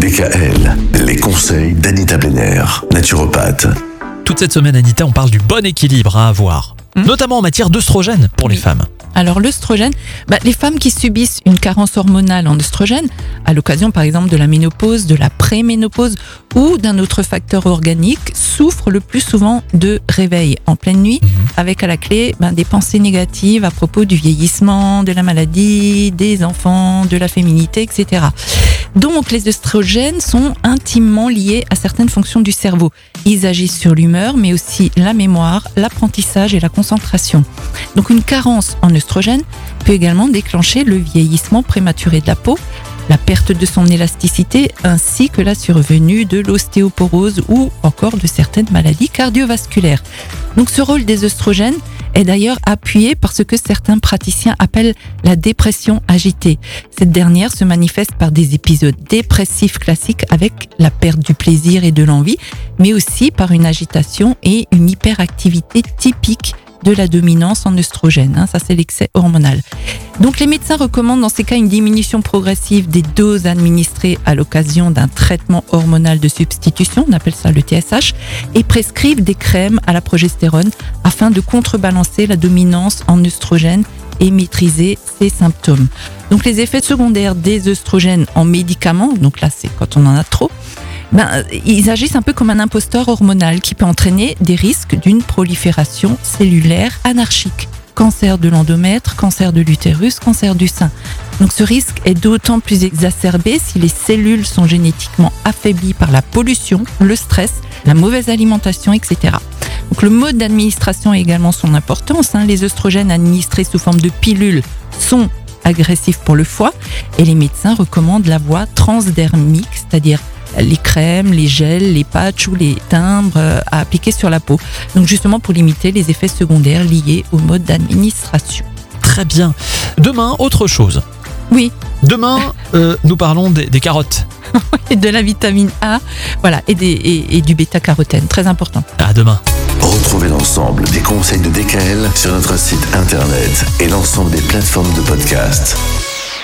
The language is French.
DKL, les conseils d'Anita Benner, naturopathe. Toute cette semaine, Anita, on parle du bon équilibre à avoir, notamment en matière d'œstrogène pour les femmes. Alors l'œstrogène, les femmes qui subissent une carence hormonale en œstrogène, à l'occasion par exemple de la ménopause, de la préménopause ou d'un autre facteur organique, souffrent le plus souvent de réveil en pleine nuit, avec à la clé des pensées négatives à propos du vieillissement, de la maladie, des enfants, de la féminité, etc. Donc les œstrogènes sont intimement liés à certaines fonctions du cerveau. Ils agissent sur l'humeur, mais aussi la mémoire, l'apprentissage et la concentration. Donc une carence en œstrogène peut également déclencher le vieillissement prématuré de la peau, la perte de son élasticité ainsi que la survenue de l'ostéoporose ou encore de certaines maladies cardiovasculaires. Donc ce rôle des œstrogènes est d'ailleurs appuyé par ce que certains praticiens appellent la dépression agitée. Cette dernière se manifeste par des épisodes dépressifs classiques avec la perte du plaisir et de l'envie, mais aussi par une agitation et une hyperactivité typique de la dominance en œstrogène. Ça, c'est l'excès hormonal. Donc, les médecins recommandent dans ces cas une diminution progressive des doses administrées à l'occasion d'un traitement hormonal de substitution, on appelle ça le TSH, et prescrivent des crèmes à la progestérone afin de contrebalancer la dominance en œstrogène et maîtriser ces symptômes. Donc, les effets secondaires des œstrogènes en médicaments, donc là, c'est quand on en a trop, ils agissent un peu comme un imposteur hormonal qui peut entraîner des risques d'une prolifération cellulaire anarchique. Cancer de l'endomètre, cancer de l'utérus, cancer du sein. Donc ce risque est d'autant plus exacerbé si les cellules sont génétiquement affaiblies par la pollution, le stress, la mauvaise alimentation, etc. Donc le mode d'administration a également son importance. Les œstrogènes administrés sous forme de pilules sont agressifs pour le foie et les médecins recommandent la voie transdermique, c'est-à-dire les crèmes, les gels, les patchs ou les timbres à appliquer sur la peau. Donc justement pour limiter les effets secondaires liés au mode d'administration. Très bien. Demain, autre chose. Oui. Demain, nous parlons des carottes. Et de la vitamine A, voilà, et du bêta-carotène, très important. À demain. Retrouvez l'ensemble des conseils de DKL sur notre site internet et l'ensemble des plateformes de podcast.